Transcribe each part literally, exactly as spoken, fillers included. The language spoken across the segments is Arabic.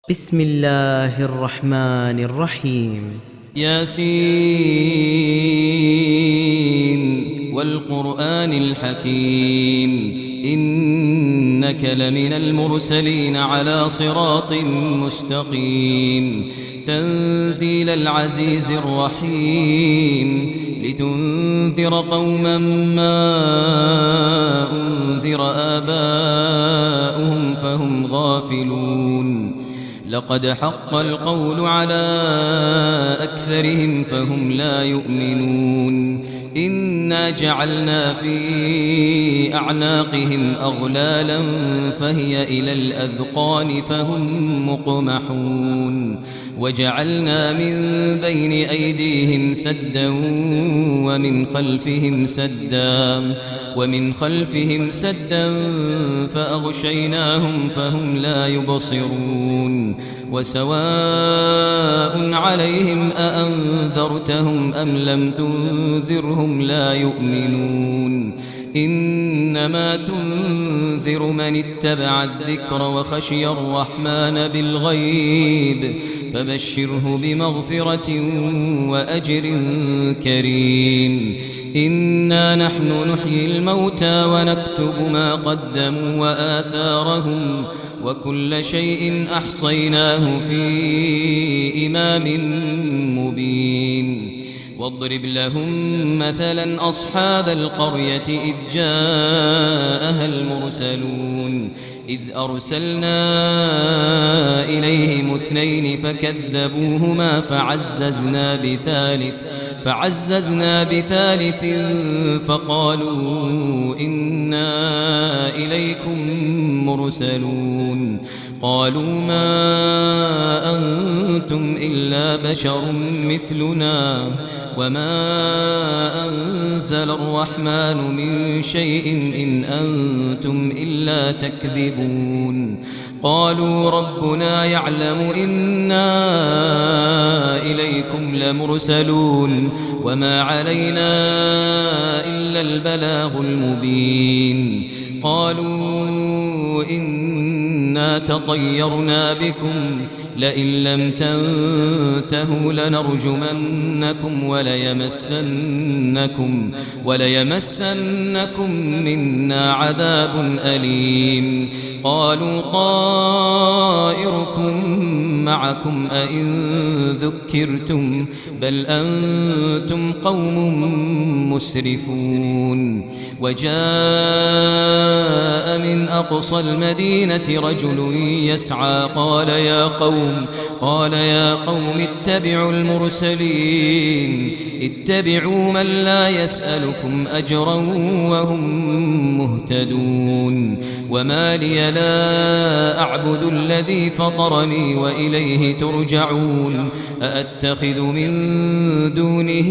بسم الله الرحمن الرحيم. ياسين والقرآن الحكيم إنك لمن المرسلين على صراط مستقيم تنزيل العزيز الرحيم لتنذر قوما ما أنذر آباؤهم فهم غافلون لقد حق القول على أكثرهم فهم لا يؤمنون إنا جعلنا في أعناقهم أغلالا فهي إلى الأذقان فهم مقمحون وجعلنا من بين أيديهم سدا ومن خلفهم سدا ومن خلفهم سدا فأغشيناهم فهم لا يبصرون وسواء عليهم أأنذرتهم أم لم تنذرهم لا يؤمنون إنما تنذر من اتبع الذكر وخشي الرحمن بالغيب فبشره بمغفرة وأجر كريم إنا نحن نحيي الموتى ونكتب ما قدموا وآثارهم وكل شيء أحصيناه في إمام مبين واضرب لهم مثلا أصحاب القرية إذ جاءها المرسلون إذ أرسلنا إليهم اثنين فكذبوهما فعززنا بثالث فعززنا بثالث فقالوا إنا إليكم مرسلون قالوا ما أنتم إلا بشر مثلنا وما أنزل الرحمن من شيء إن أنتم إلا تكذبون قالوا ربنا يعلم إنا إليكم لمرسلون وما علينا إلا البلاغ المبين قالوا إنا تطيرنا بكم لئن لم تنتهوا لنرجمنكم وليمسنكم وليمسنكم منا عذاب أليم قالوا طائركم معكم أئن ذكرتم بل أنتم قوم مسرفون وجاء من أقصى المدينة رجل يسعى قال يا قوم قال يا قوم اتبعوا المرسلين اتبعوا من لا يسألكم أجرا وهم مهتدون وما لي لا أعبد الذي فطرني وإليه ترجعون أأتخذ من دونه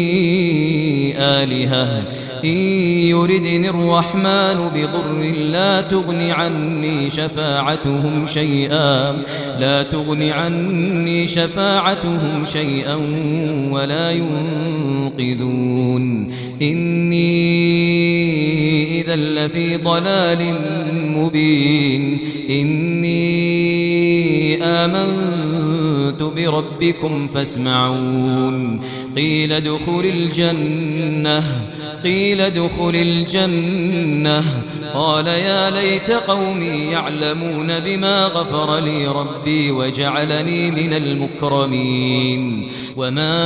آلهة إن يردني الرحمن بضر لا تغن عني شفاعتهم شيئا لا تغن عني شفاعتهم شيئا ولا ينقذون إني إذا لفي ضلال مبين إني آمنت بربكم فاسمعون قيل ادخل الجنة قيل ادخل الجنة قال يا ليت قومي يعلمون بما غفر لي ربي وجعلني من المكرمين وما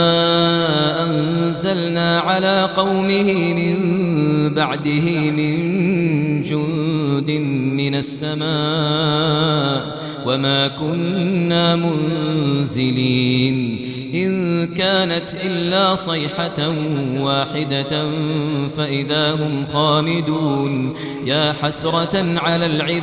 أنزلنا على قومه من بعده من جند من السماء وما كنا منزلين إن كانت إلا صيحة واحدة فإذا هم خامدون يا حسرة على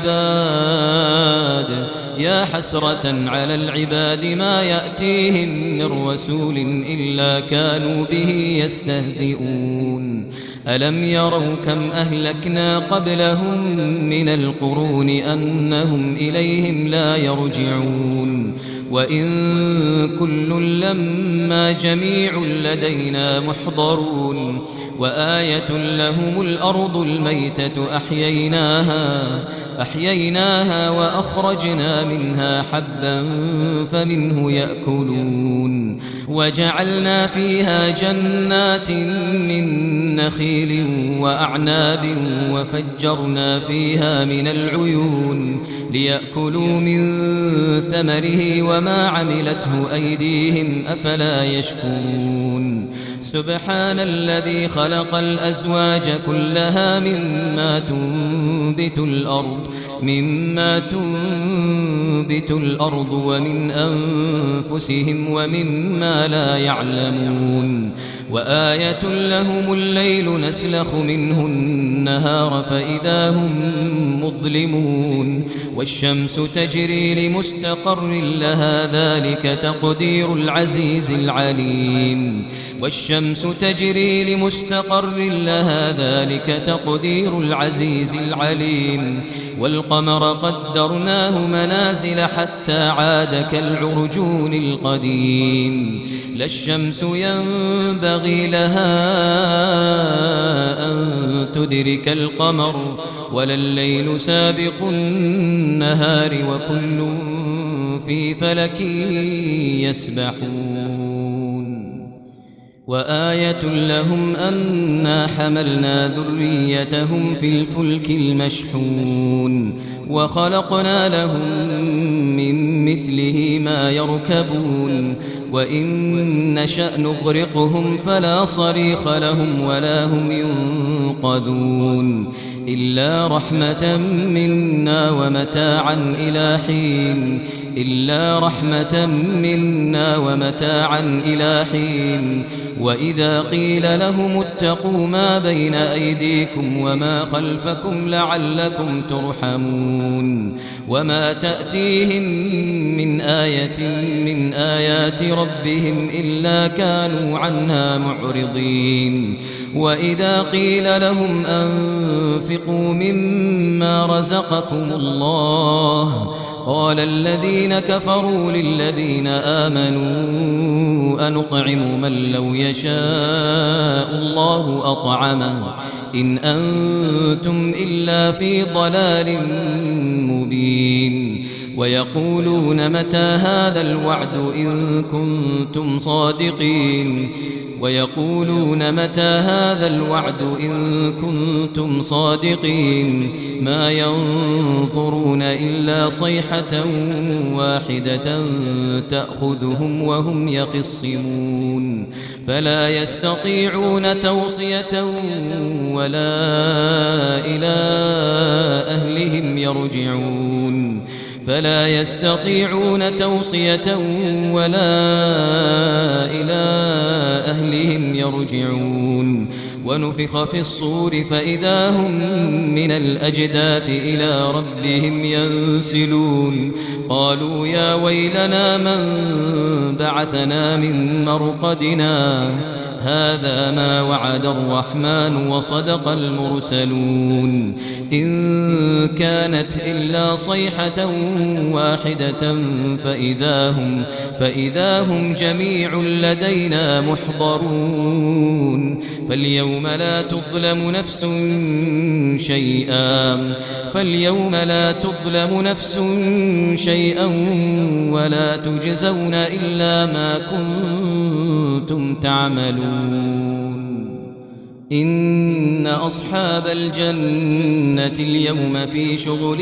العباد يا حسرة على العباد ما يأتيهم من رسول إلا كانوا به يستهزئون ألم يروا كم أهلكنا قبلهم من القرون أنهم إليهم لا يرجعون وإن كل لما إما جميع لدينا محضرون وآية لهم الأرض الميتة أحييناها أحييناها وأخرجنا منها حبا فمنه يأكلون وجعلنا فيها جنات من نخيل وأعناب وفجرنا فيها من العيون ليأكلوا من ثمره وما عملته أيديهم أفلا يشكرون سبحان الذي خلق الأزواج كلها مما تنبت الأرض مما تنبت الأرض ومن أنفسهم ومما لا يعلمون وآية لهم الليل نسلخ منه النهار فإذا هم مظلمون والشمس تجري لمستقر لها ذلك تقدير العزيز العليم والشمس تجري لمستقر لها ذلك تقدير العزيز العليم والقمر قدرناه منازل حتى عاد كالعرجون القديم لا الشمس ينبغي لها أن تدرك القمر ولا الليل سابق النهار وكل في فلك يسبحون وآية لهم أنا حملنا ذريتهم في الفلك المشحون وخلقنا لهم من مثله ما يركبون وإن نشأ نغرقهم فلا صريخ لهم ولا هم ينقذون إلا رحمة منا ومتاعا إلى حين إلا رحمة منا ومتاعا إلى حين وإذا قيل لهم اتقوا ما بين أيديكم وما خلفكم لعلكم ترحمون وما تأتيهم من آية من آيات ربهم إلا كانوا عنها معرضين وإذا قيل لهم أنفقوا مما رزقكم الله قال الذين كفروا للذين آمنوا أنطعم من لو يشاء الله أطعمه إن أنتم إلا في ضلال مبين ويقولون متى هذا الوعد إن كنتم صادقين ويقولون متى هذا الوعد إن كنتم صادقين ما ينظرون إلا صيحة واحدة تأخذهم وهم يخصمون فلا يستطيعون توصية ولا إلى أهلهم يرجعون فلا يستطيعون توصية ولا إلى أهلهم يرجعون ونفخ في الصور فإذا هم من الأجداث إلى ربهم ينسلون قالوا يا ويلنا من بعثنا من مرقدنا هذا ما وعد الرحمن وصدق المرسلون إن كانت إلا صيحة واحدة فإذا هم, فإذا هم جميع لدينا محضرون فاليوم لا تظلم نفس شيئا فاليوم لا تظلم نفس شيئا ولا تجزون إلا ما كنتم تعملون إن أصحاب الجنة اليوم في شغل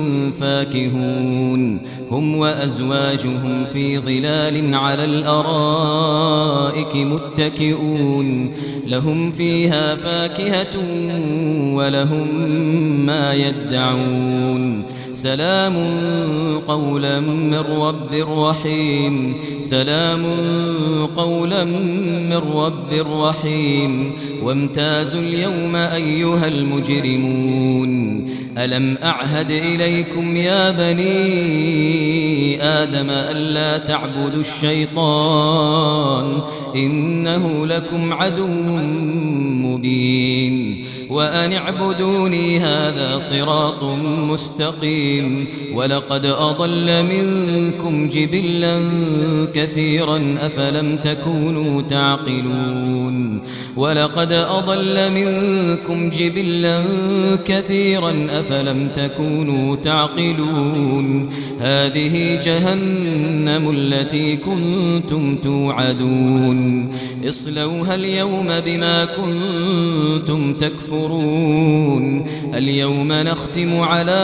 فاكهون هم وأزواجهم في ظلال على الأرائك متكئون لهم فيها فاكهة ولهم ما يدعون سلام قولا من رب رحيم سلام قولا من رب رحيم وامتازوا اليوم أيها المجرمون ألم أعهد إليكم يا بني آدم ألا تعبدوا الشيطان إنه لكم عدو مبين وأن اعبدوني هذا صراط مستقيم ولقد أضل منكم جبلا كثيرا أفلم تكونوا تعقلون ولقد أضل منكم جبلا كثيرا أفلم تكونوا تعقلون هذه جهنم التي كنتم توعدون اصلوها اليوم بما كنتم تكفرون اليوم نختم على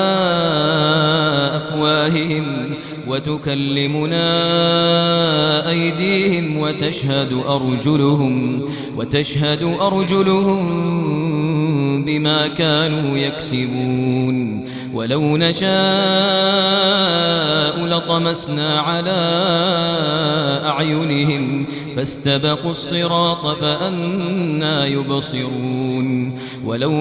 أفواههم وتكلمنا أيديهم وتشهد أرجلهم وتشهد أرجلهم بما كانوا يكسبون ولو نشاء لطمسنا على أعينهم فاستبقوا الصراط فأنى يبصرون ولو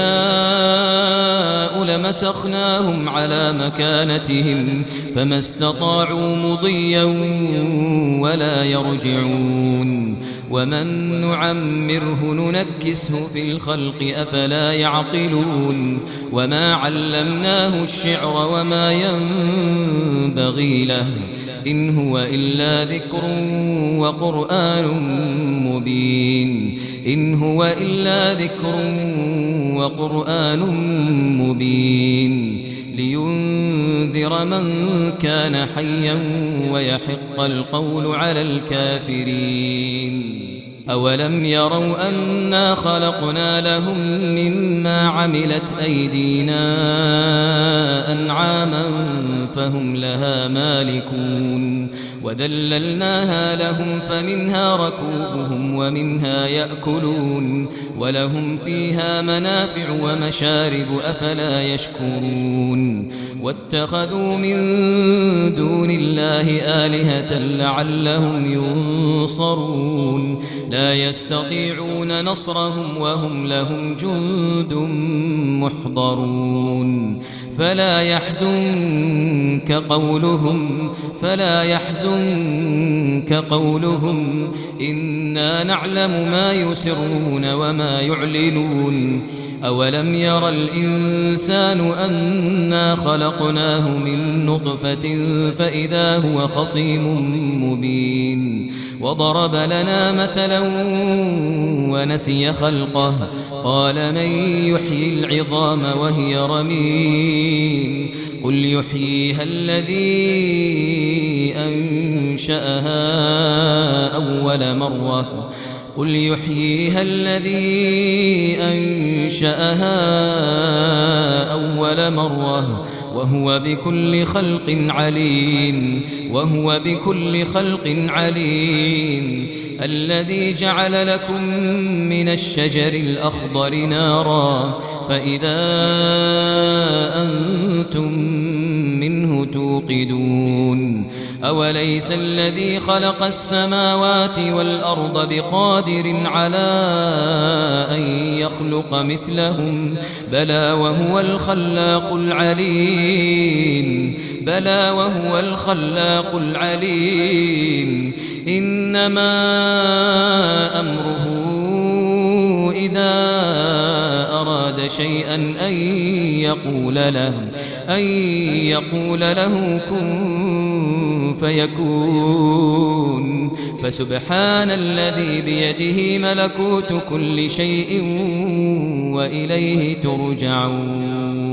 نشاء لمسخناهم على مكانتهم فما استطاعوا مضيا ولا يرجعون ومن نعمره ننكسه في الخلق أفلا يعقلون وما علمناه الشعر وما ينبغي له إن هو إلا ذكر وقرآن مبين إن هو إلا ذكر وقرآن مبين لينذر من كان حيا ويحق القول على الكافرين أولم يروا أنا خلقنا لهم مما عملت أيدينا أنعاما فهم لها مالكون وذللناها لهم فمنها ركوبهم ومنها يأكلون ولهم فيها منافع ومشارب أفلا يشكرون واتخذوا من دون الله آلهة لعلهم ينصرون لا يستطيعون نصرهم وهم لهم جند محضرون فلا يحزنك قولهم فلا يحزنك قولهم إنا نعلم ما يسرون وما يعلنون أولم ير الإنسان أنا خلقناه من نطفة فإذا هو خصيم مبين وضرب لنا مثلا ونسي خلقه قال من يحيي العظام وهي رميم قل يحييها الذي أنشأها أول مرة قل يحييها الذي أنشأها أول مرة وهو بكل خلق عليم وهو بكل خلق عليم الذي جعل لكم من الشجر الأخضر نارا فإذا أنتم منه توقدون أوليس الذي خلق السماوات والأرض بقادر على أن يخلق مثلهم بلى وهو الخلاق العليم بلى وهو الخلاق العليم إنما أمره إذا أراد شيئا أن يقول له أن يقول له كن فيكون فسبحان الذي بيده ملكوت كل شيء وإليه ترجعون